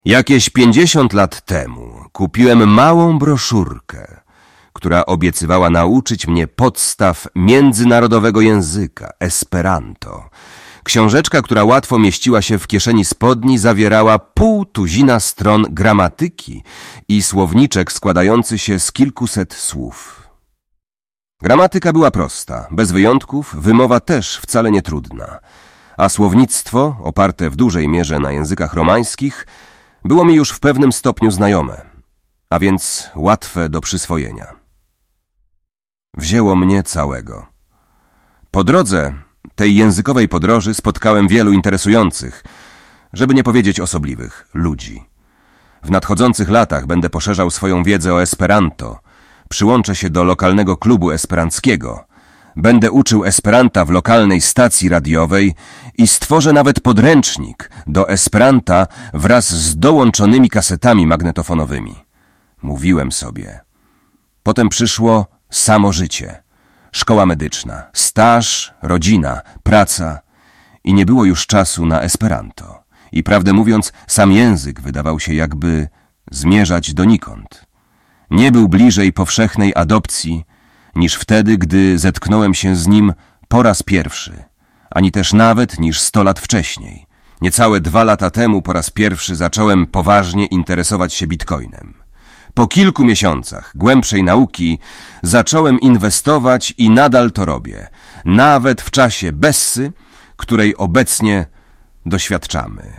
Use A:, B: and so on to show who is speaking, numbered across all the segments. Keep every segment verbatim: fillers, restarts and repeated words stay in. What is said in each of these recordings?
A: Jakieś pięćdziesiąt lat temu kupiłem małą broszurkę, która obiecywała nauczyć mnie podstaw międzynarodowego języka, Esperanto. Książeczka, która łatwo mieściła się w kieszeni spodni, zawierała pół tuzina stron gramatyki i słowniczek składający się z kilkuset słów. Gramatyka była prosta, bez wyjątków, wymowa też wcale nie trudna, a słownictwo, oparte w dużej mierze na językach romańskich, było mi już w pewnym stopniu znajome, a więc łatwe do przyswojenia. Wzięło mnie całego. Po drodze tej językowej podróży spotkałem wielu interesujących, żeby nie powiedzieć osobliwych, ludzi. W nadchodzących latach będę poszerzał swoją wiedzę o Esperanto, przyłączę się do lokalnego klubu esperanckiego, będę uczył Esperanta w lokalnej stacji radiowej i stworzę nawet podręcznik do Esperanta wraz z dołączonymi kasetami magnetofonowymi. Mówiłem sobie. Potem przyszło samo życie. Szkoła medyczna, staż, rodzina, praca i nie było już czasu na Esperanto. I prawdę mówiąc, sam język wydawał się jakby zmierzać donikąd. Nie był bliżej powszechnej adopcji niż wtedy, gdy zetknąłem się z nim po raz pierwszy, ani też nawet niż sto lat wcześniej. Niecałe dwa lata temu po raz pierwszy zacząłem poważnie interesować się bitcoinem. Po kilku miesiącach głębszej nauki zacząłem inwestować i nadal to robię, nawet w czasie bessy, której obecnie doświadczamy.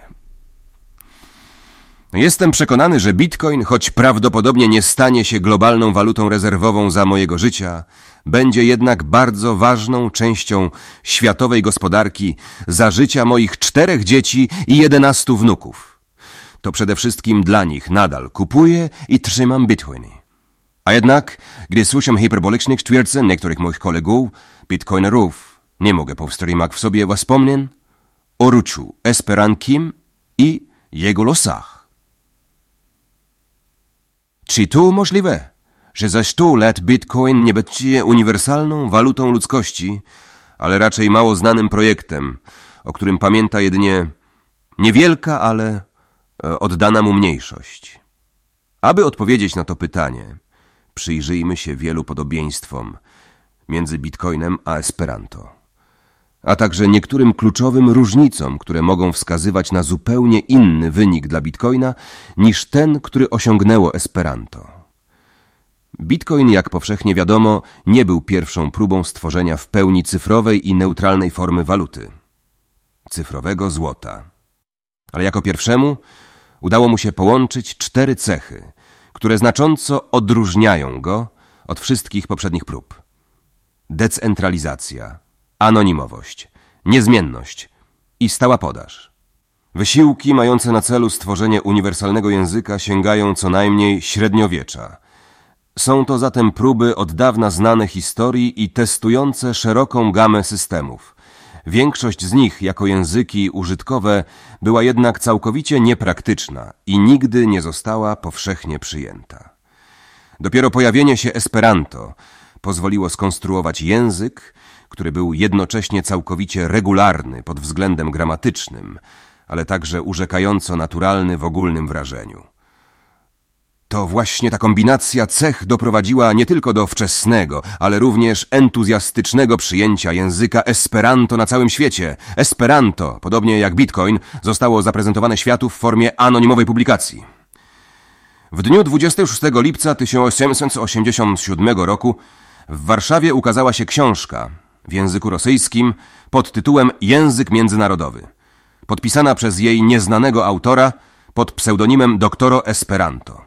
A: Jestem przekonany, że bitcoin, choć prawdopodobnie nie stanie się globalną walutą rezerwową za mojego życia, będzie jednak bardzo ważną częścią światowej gospodarki za życia moich czterech dzieci i jedenastu wnuków. To przede wszystkim dla nich nadal kupuję i trzymam bitcoiny. A jednak, gdy słyszę hiperbolicznych twierdzeń niektórych moich kolegów, bitcoinerów, nie mogę powstrzymać w sobie wspomnień o ruchu esperanckim i jego losach. Czy to możliwe, że za sto lat bitcoin nie będzie uniwersalną walutą ludzkości, ale raczej mało znanym projektem, o którym pamięta jedynie niewielka, ale oddana mu mniejszość? Aby odpowiedzieć na to pytanie, przyjrzyjmy się wielu podobieństwom między bitcoinem a Esperanto, a także niektórym kluczowym różnicom, które mogą wskazywać na zupełnie inny wynik dla bitcoina niż ten, który osiągnęło Esperanto. Bitcoin, jak powszechnie wiadomo, nie był pierwszą próbą stworzenia w pełni cyfrowej i neutralnej formy waluty, cyfrowego złota. Ale jako pierwszemu udało mu się połączyć cztery cechy, które znacząco odróżniają go od wszystkich poprzednich prób. Decentralizacja, anonimowość, niezmienność i stała podaż. Wysiłki mające na celu stworzenie uniwersalnego języka sięgają co najmniej średniowiecza. Są to zatem próby od dawna znane historii i testujące szeroką gamę systemów. Większość z nich jako języki użytkowe była jednak całkowicie niepraktyczna i nigdy nie została powszechnie przyjęta. Dopiero pojawienie się Esperanto pozwoliło skonstruować język, który był jednocześnie całkowicie regularny pod względem gramatycznym, ale także urzekająco naturalny w ogólnym wrażeniu. To właśnie ta kombinacja cech doprowadziła nie tylko do wczesnego, ale również entuzjastycznego przyjęcia języka Esperanto na całym świecie. Esperanto, podobnie jak bitcoin, zostało zaprezentowane światu w formie anonimowej publikacji. W dniu dwudziestego szóstego lipca tysiąc osiemset osiemdziesiątego siódmego roku w Warszawie ukazała się książka w języku rosyjskim pod tytułem Język międzynarodowy, podpisana przez jej nieznanego autora pod pseudonimem Doctoro Esperanto.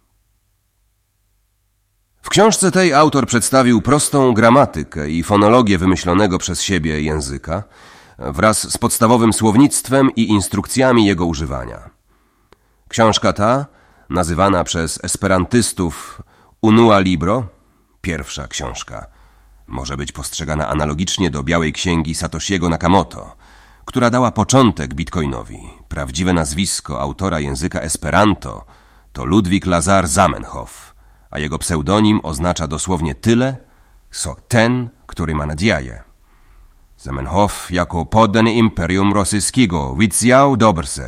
A: W książce tej autor przedstawił prostą gramatykę i fonologię wymyślonego przez siebie języka wraz z podstawowym słownictwem i instrukcjami jego używania. Książka ta, nazywana przez esperantystów Unua Libro, pierwsza książka, może być postrzegana analogicznie do Białej Księgi Satoshiego Nakamoto, która dała początek bitcoinowi. Prawdziwe nazwisko autora języka Esperanto to Ludwik Lazar Zamenhof, a jego pseudonim oznacza dosłownie tyle, co ten, który ma nadzieję. Zamenhof jako poddany Imperium Rosyjskiego widział dobrze,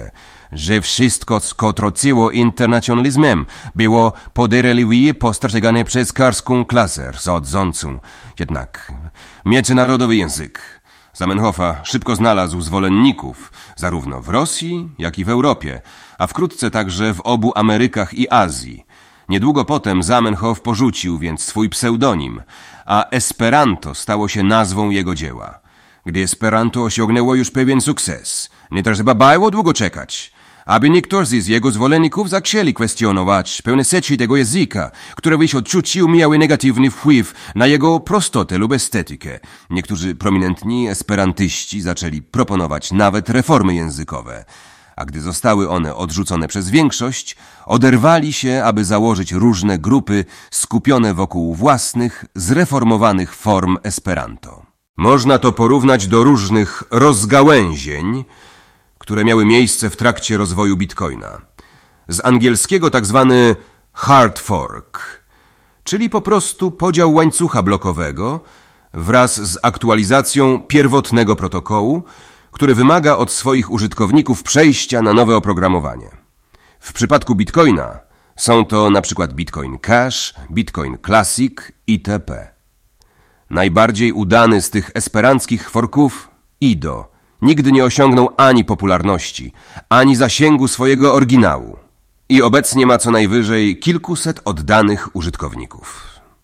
A: że wszystko skotrocyło internacjonalizmem, było podereliwie postrzegane przez karską klasę rządzącą. Jednak międzynarodowy język Zamenhofa szybko znalazł zwolenników, zarówno w Rosji, jak i w Europie, a wkrótce także w obu Amerykach i Azji. Niedługo potem Zamenhof porzucił więc swój pseudonim, a Esperanto stało się nazwą jego dzieła. Gdy Esperanto osiągnęło już pewien sukces, nie trzeba było długo czekać, aby niektórzy z jego zwolenników zaczęli kwestionować pewne rzeczy tego języka, które w ich odczuciu miały negatywny wpływ na jego prostotę lub estetykę. Niektórzy prominentni esperantyści zaczęli proponować nawet reformy językowe, a gdy zostały one odrzucone przez większość, oderwali się, aby założyć różne grupy skupione wokół własnych, zreformowanych form Esperanto. Można to porównać do różnych rozgałęzień, które miały miejsce w trakcie rozwoju Bitcoina. Z angielskiego tak zwany hard fork, czyli po prostu podział łańcucha blokowego wraz z aktualizacją pierwotnego protokołu, który wymaga od swoich użytkowników przejścia na nowe oprogramowanie. W przypadku Bitcoina są to na przykład Bitcoin Cash, Bitcoin Classic itp. Najbardziej udany z tych esperanckich forków, I D O, nigdy nie osiągnął ani popularności, ani zasięgu swojego oryginału i obecnie ma co najwyżej kilkuset oddanych użytkowników.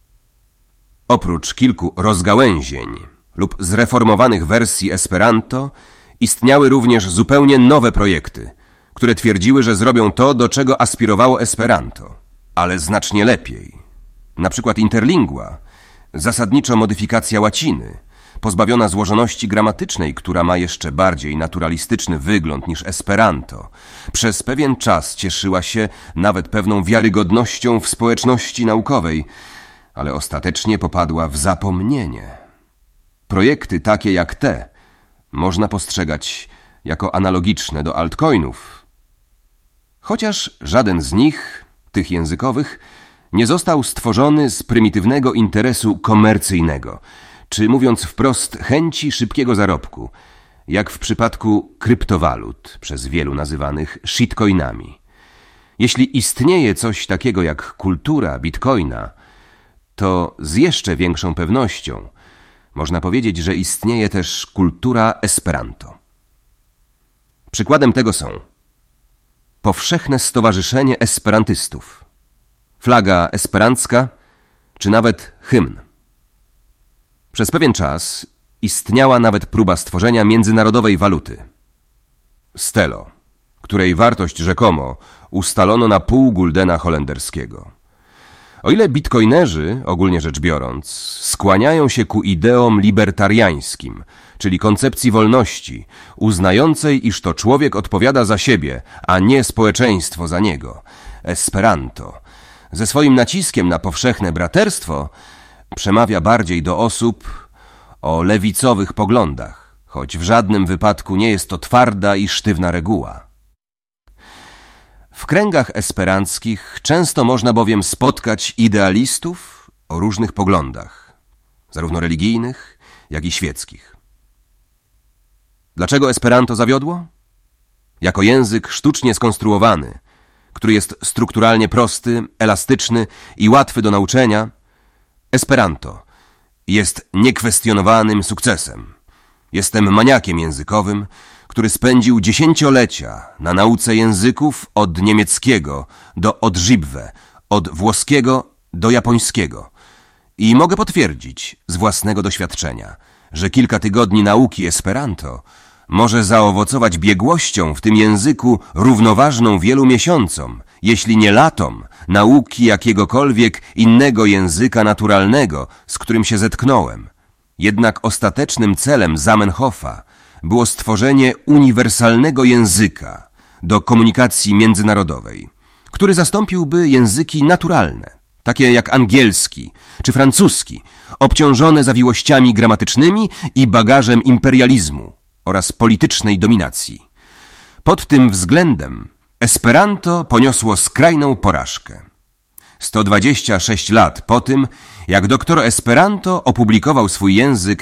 A: Oprócz kilku rozgałęzień lub zreformowanych wersji Esperanto istniały również zupełnie nowe projekty, które twierdziły, że zrobią to, do czego aspirowało Esperanto, ale znacznie lepiej. Na przykład Interlingua, zasadniczo modyfikacja łaciny, pozbawiona złożoności gramatycznej, która ma jeszcze bardziej naturalistyczny wygląd niż Esperanto, przez pewien czas cieszyła się nawet pewną wiarygodnością w społeczności naukowej, ale ostatecznie popadła w zapomnienie. Projekty takie jak te można postrzegać jako analogiczne do altcoinów, chociaż żaden z nich, tych językowych, nie został stworzony z prymitywnego interesu komercyjnego, czy mówiąc wprost chęci szybkiego zarobku, jak w przypadku kryptowalut, przez wielu nazywanych shitcoinami. Jeśli istnieje coś takiego jak kultura bitcoina, to z jeszcze większą pewnością można powiedzieć, że istnieje też kultura Esperanto. Przykładem tego są Powszechne Stowarzyszenie Esperantystów, flaga esperancka, czy nawet hymn. Przez pewien czas istniała nawet próba stworzenia międzynarodowej waluty. Stelo, której wartość rzekomo ustalono na pół guldena holenderskiego. O ile bitcoinerzy, ogólnie rzecz biorąc, skłaniają się ku ideom libertariańskim, czyli koncepcji wolności, uznającej, iż to człowiek odpowiada za siebie, a nie społeczeństwo za niego, Esperanto, ze swoim naciskiem na powszechne braterstwo, przemawia bardziej do osób o lewicowych poglądach, choć w żadnym wypadku nie jest to twarda i sztywna reguła. W kręgach esperanckich często można bowiem spotkać idealistów o różnych poglądach, zarówno religijnych, jak i świeckich. Dlaczego Esperanto zawiodło? Jako język sztucznie skonstruowany, który jest strukturalnie prosty, elastyczny i łatwy do nauczenia, Esperanto jest niekwestionowanym sukcesem. Jestem maniakiem językowym, który spędził dziesięciolecia na nauce języków od niemieckiego do odżibwe, od włoskiego do japońskiego. I mogę potwierdzić z własnego doświadczenia, że kilka tygodni nauki Esperanto może zaowocować biegłością w tym języku równoważną wielu miesiącom, jeśli nie latom, nauki jakiegokolwiek innego języka naturalnego, z którym się zetknąłem. Jednak ostatecznym celem Zamenhofa było stworzenie uniwersalnego języka do komunikacji międzynarodowej, który zastąpiłby języki naturalne, takie jak angielski czy francuski, obciążone zawiłościami gramatycznymi i bagażem imperializmu oraz politycznej dominacji. Pod tym względem Esperanto poniosło skrajną porażkę. sto dwadzieścia sześć lat po tym, jak doktor Esperanto opublikował swój język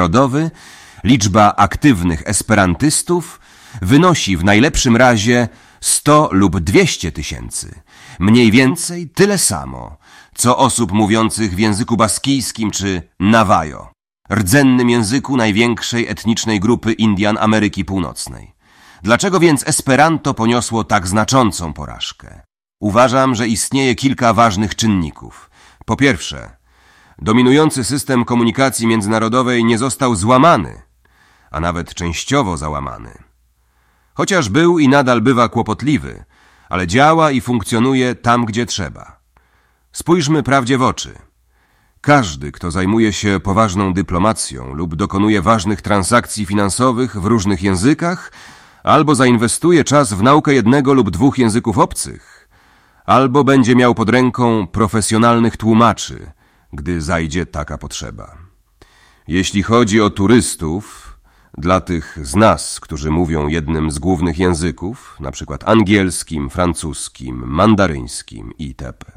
A: międzynarodowy, liczba aktywnych esperantystów wynosi w najlepszym razie sto lub dwieście tysięcy. Mniej więcej tyle samo, co osób mówiących w języku baskijskim czy navajo, rdzennym języku największej etnicznej grupy Indian Ameryki Północnej. Dlaczego więc Esperanto poniosło tak znaczącą porażkę? Uważam, że istnieje kilka ważnych czynników. Po pierwsze, dominujący system komunikacji międzynarodowej nie został złamany, a nawet częściowo załamany. Chociaż był i nadal bywa kłopotliwy, ale działa i funkcjonuje tam, gdzie trzeba. Spójrzmy prawdzie w oczy. Każdy, kto zajmuje się poważną dyplomacją lub dokonuje ważnych transakcji finansowych w różnych językach, albo zainwestuje czas w naukę jednego lub dwóch języków obcych, albo będzie miał pod ręką profesjonalnych tłumaczy, gdy zajdzie taka potrzeba. Jeśli chodzi o turystów, dla tych z nas, którzy mówią jednym z głównych języków, na przykład angielskim, francuskim, mandaryńskim itp.,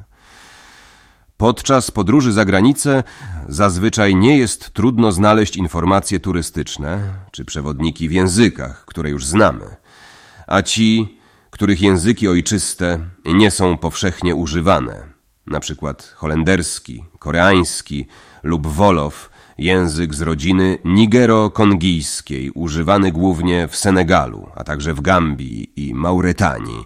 A: podczas podróży za granicę zazwyczaj nie jest trudno znaleźć informacje turystyczne czy przewodniki w językach, które już znamy, a ci, których języki ojczyste nie są powszechnie używane, na przykład holenderski, koreański lub wolof, język z rodziny nigero-kongijskiej, używany głównie w Senegalu, a także w Gambii i Mauretanii.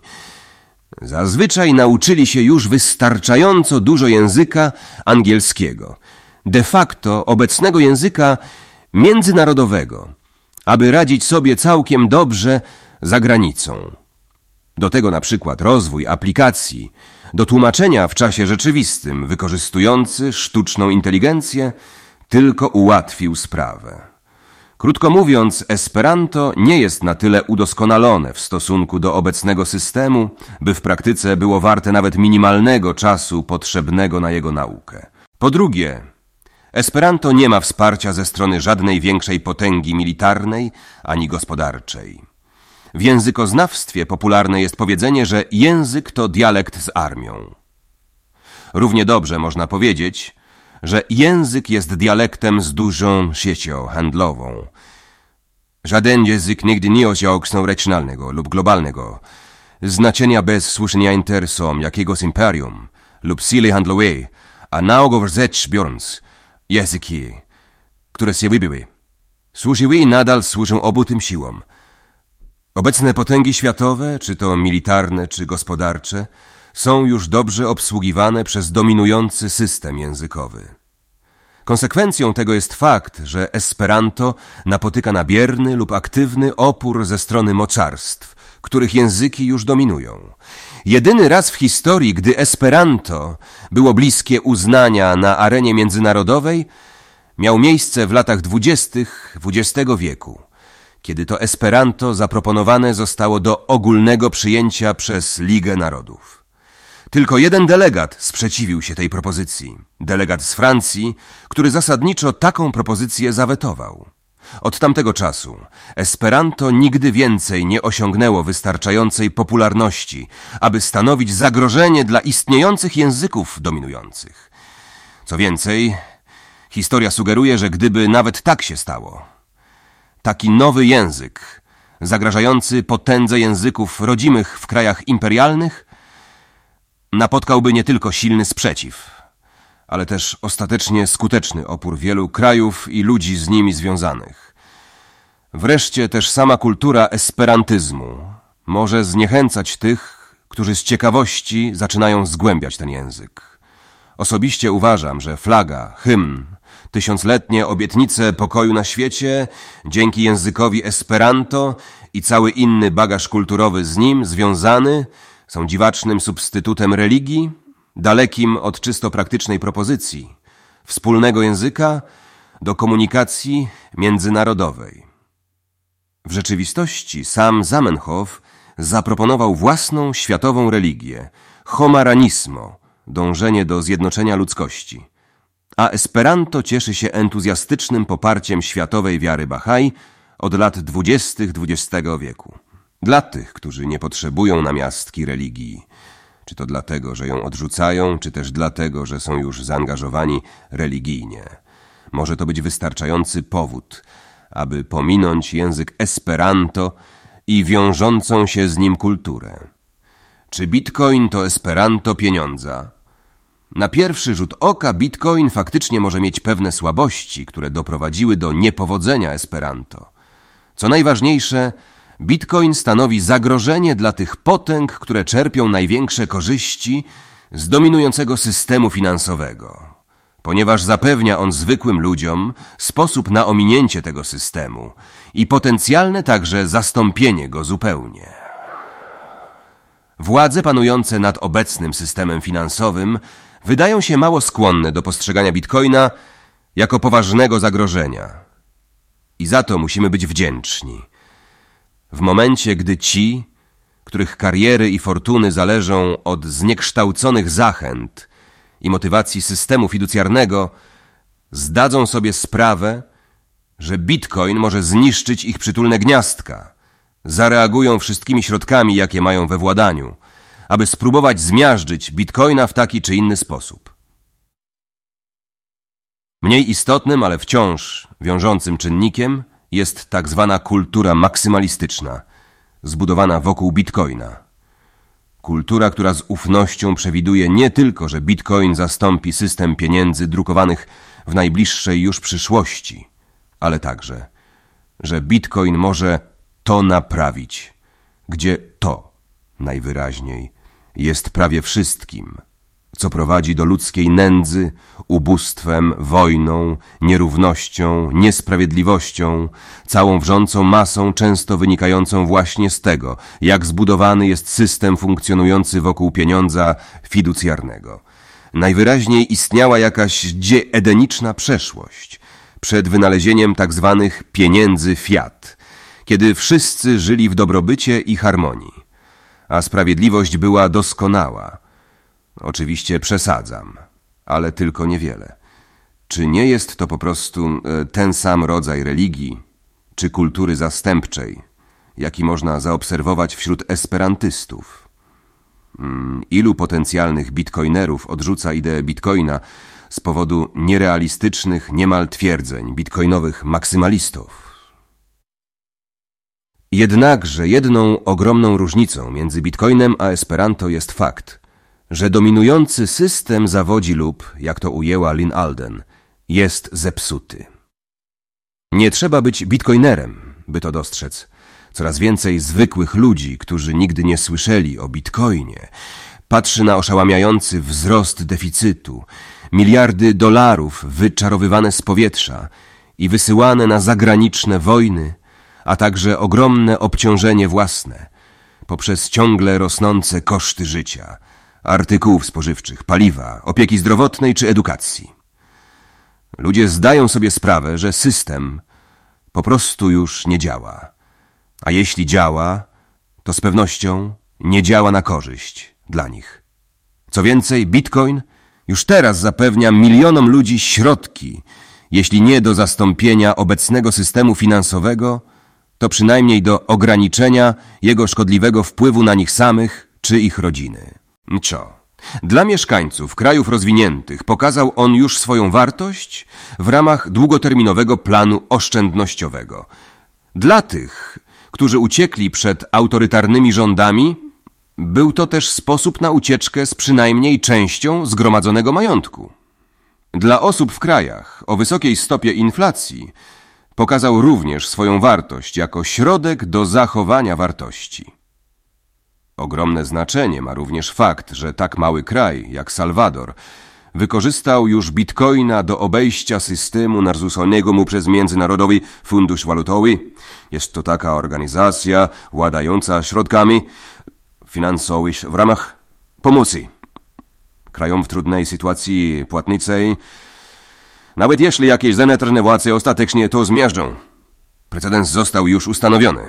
A: Zazwyczaj nauczyli się już wystarczająco dużo języka angielskiego, de facto obecnego języka międzynarodowego, aby radzić sobie całkiem dobrze za granicą. Do tego na przykład rozwój aplikacji do tłumaczenia w czasie rzeczywistym wykorzystujący sztuczną inteligencję tylko ułatwił sprawę. Krótko mówiąc, Esperanto nie jest na tyle udoskonalone w stosunku do obecnego systemu, by w praktyce było warte nawet minimalnego czasu potrzebnego na jego naukę. Po drugie, Esperanto nie ma wsparcia ze strony żadnej większej potęgi militarnej ani gospodarczej. W językoznawstwie popularne jest powiedzenie, że język to dialekt z armią. Równie dobrze można powiedzieć, że język jest dialektem z dużą siecią handlową. Żaden język nigdy nie osiągnął regionalnego lub globalnego znaczenia bez słyszenia interesom jakiegoś imperium lub sily handlowej, a naogow rzecz biorąc, języki, które się wybiły, służyły i nadal służą obu tym siłom. Obecne potęgi światowe, czy to militarne, czy gospodarcze, są już dobrze obsługiwane przez dominujący system językowy. Konsekwencją tego jest fakt, że Esperanto napotyka na bierny lub aktywny opór ze strony mocarstw, których języki już dominują. Jedyny raz w historii, gdy Esperanto było bliskie uznania na arenie międzynarodowej, miał miejsce w latach dwudziestych dwudziestego wieku, kiedy to Esperanto zaproponowane zostało do ogólnego przyjęcia przez Ligę Narodów. Tylko jeden delegat sprzeciwił się tej propozycji. Delegat z Francji, który zasadniczo taką propozycję zawetował. Od tamtego czasu Esperanto nigdy więcej nie osiągnęło wystarczającej popularności, aby stanowić zagrożenie dla istniejących języków dominujących. Co więcej, historia sugeruje, że gdyby nawet tak się stało, taki nowy język, zagrażający potędze języków rodzimych w krajach imperialnych, napotkałby nie tylko silny sprzeciw, ale też ostatecznie skuteczny opór wielu krajów i ludzi z nimi związanych. Wreszcie też sama kultura esperantyzmu może zniechęcać tych, którzy z ciekawości zaczynają zgłębiać ten język. Osobiście uważam, że flaga, hymn, tysiącletnie obietnice pokoju na świecie, dzięki językowi Esperanto i cały inny bagaż kulturowy z nim związany, są dziwacznym substytutem religii, dalekim od czysto praktycznej propozycji, wspólnego języka do komunikacji międzynarodowej. W rzeczywistości sam Zamenhof zaproponował własną światową religię, homaranismo, dążenie do zjednoczenia ludzkości, a Esperanto cieszy się entuzjastycznym poparciem światowej wiary Bahai od lat dwudziestych dwudziestego wieku. Dla tych, którzy nie potrzebują namiastki religii, czy to dlatego, że ją odrzucają, czy też dlatego, że są już zaangażowani religijnie, może to być wystarczający powód, aby pominąć język Esperanto i wiążącą się z nim kulturę. Czy bitcoin to Esperanto pieniądza? Na pierwszy rzut oka bitcoin faktycznie może mieć pewne słabości, które doprowadziły do niepowodzenia Esperanto. Co najważniejsze, bitcoin stanowi zagrożenie dla tych potęg, które czerpią największe korzyści z dominującego systemu finansowego, ponieważ zapewnia on zwykłym ludziom sposób na ominięcie tego systemu i potencjalne także zastąpienie go zupełnie. Władze panujące nad obecnym systemem finansowym wydają się mało skłonne do postrzegania bitcoina jako poważnego zagrożenia. I za to musimy być wdzięczni. W momencie, gdy ci, których kariery i fortuny zależą od zniekształconych zachęt i motywacji systemu fiducjarnego, zdadzą sobie sprawę, że bitcoin może zniszczyć ich przytulne gniazdka, zareagują wszystkimi środkami, jakie mają we władaniu, aby spróbować zmiażdżyć bitcoina w taki czy inny sposób. Mniej istotnym, ale wciąż wiążącym czynnikiem jest tak zwana kultura maksymalistyczna, zbudowana wokół bitcoina. Kultura, która z ufnością przewiduje nie tylko, że bitcoin zastąpi system pieniędzy drukowanych w najbliższej już przyszłości, ale także, że bitcoin może to naprawić, gdzie to najwyraźniej jest prawie wszystkim, co prowadzi do ludzkiej nędzy, ubóstwem, wojną, nierównością, niesprawiedliwością, całą wrzącą masą często wynikającą właśnie z tego, jak zbudowany jest system funkcjonujący wokół pieniądza fiducjarnego. Najwyraźniej istniała jakaś dzieedeniczna przeszłość przed wynalezieniem tak zwanych pieniędzy fiat, kiedy wszyscy żyli w dobrobycie i harmonii, a sprawiedliwość była doskonała. Oczywiście przesadzam, ale tylko niewiele. Czy nie jest to po prostu ten sam rodzaj religii czy kultury zastępczej, jaki można zaobserwować wśród esperantystów? Ilu potencjalnych bitcoinerów odrzuca ideę bitcoina z powodu nierealistycznych niemal twierdzeń bitcoinowych maksymalistów? Jednakże jedną ogromną różnicą między bitcoinem a Esperanto jest fakt, że dominujący system zawodzi lub, jak to ujęła Lynn Alden, jest zepsuty. Nie trzeba być bitcoinerem, by to dostrzec. Coraz więcej zwykłych ludzi, którzy nigdy nie słyszeli o bitcoinie, patrzy na oszałamiający wzrost deficytu, miliardy dolarów wyczarowywane z powietrza i wysyłane na zagraniczne wojny, a także ogromne obciążenie własne poprzez ciągle rosnące koszty życia, artykułów spożywczych, paliwa, opieki zdrowotnej czy edukacji. Ludzie zdają sobie sprawę, że system po prostu już nie działa. A jeśli działa, to z pewnością nie działa na korzyść dla nich. Co więcej, bitcoin już teraz zapewnia milionom ludzi środki, jeśli nie do zastąpienia obecnego systemu finansowego, to przynajmniej do ograniczenia jego szkodliwego wpływu na nich samych czy ich rodziny. Co? Dla mieszkańców krajów rozwiniętych pokazał on już swoją wartość w ramach długoterminowego planu oszczędnościowego. Dla tych, którzy uciekli przed autorytarnymi rządami, był to też sposób na ucieczkę z przynajmniej częścią zgromadzonego majątku. Dla osób w krajach o wysokiej stopie inflacji pokazał również swoją wartość jako środek do zachowania wartości. Ogromne znaczenie ma również fakt, że tak mały kraj jak Salwador wykorzystał już bitcoina do obejścia systemu narzuconego mu przez Międzynarodowy Fundusz Walutowy. Jest to taka organizacja władająca środkami finansowymi w ramach pomocy krajom w trudnej sytuacji płatniczej, nawet jeśli jakieś zenetrne władze ostatecznie to zmiażdżą. Precedens został już ustanowiony.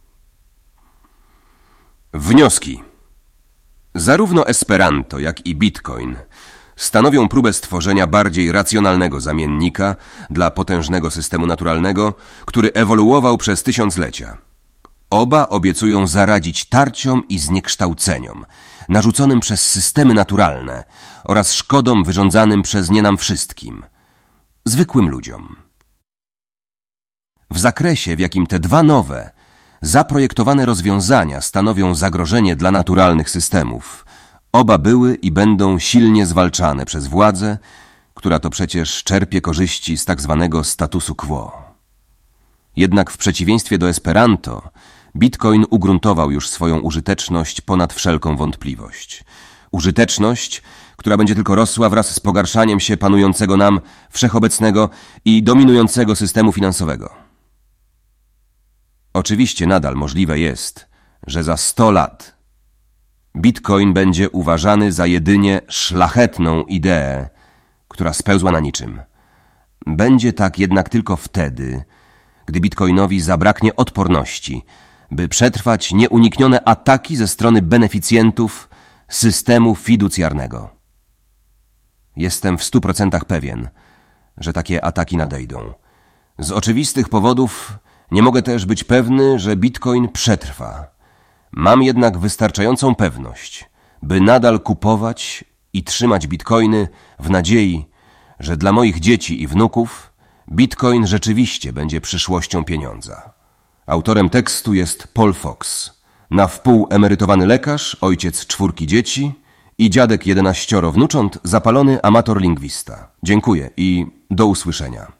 A: Wnioski. Zarówno Esperanto, jak i bitcoin stanowią próbę stworzenia bardziej racjonalnego zamiennika dla potężnego systemu naturalnego, który ewoluował przez tysiąclecia. Oba obiecują zaradzić tarciom i zniekształceniom narzuconym przez systemy naturalne oraz szkodom wyrządzanym przez nie nam wszystkim, zwykłym ludziom. W zakresie, w jakim te dwa nowe, zaprojektowane rozwiązania stanowią zagrożenie dla naturalnych systemów. Oba były i będą silnie zwalczane przez władzę, która to przecież czerpie korzyści z tak zwanego statusu quo. Jednak w przeciwieństwie do Esperanto, Bitcoin ugruntował już swoją użyteczność ponad wszelką wątpliwość. Użyteczność, która będzie tylko rosła wraz z pogarszaniem się panującego nam wszechobecnego i dominującego systemu finansowego. Oczywiście nadal możliwe jest, że za sto lat Bitcoin będzie uważany za jedynie szlachetną ideę, która spełzła na niczym. Będzie tak jednak tylko wtedy, gdy Bitcoinowi zabraknie odporności, by przetrwać nieuniknione ataki ze strony beneficjentów systemu fiducjarnego. Jestem w stu procentach pewien, że takie ataki nadejdą. Z oczywistych powodów nie mogę też być pewny, że Bitcoin przetrwa. Mam jednak wystarczającą pewność, by nadal kupować i trzymać bitcoiny w nadziei, że dla moich dzieci i wnuków Bitcoin rzeczywiście będzie przyszłością pieniądza. Autorem tekstu jest Paul Fox, na wpół emerytowany lekarz, ojciec czwórki dzieci i dziadek jedenaścioro wnucząt, zapalony amator lingwista. Dziękuję i do usłyszenia.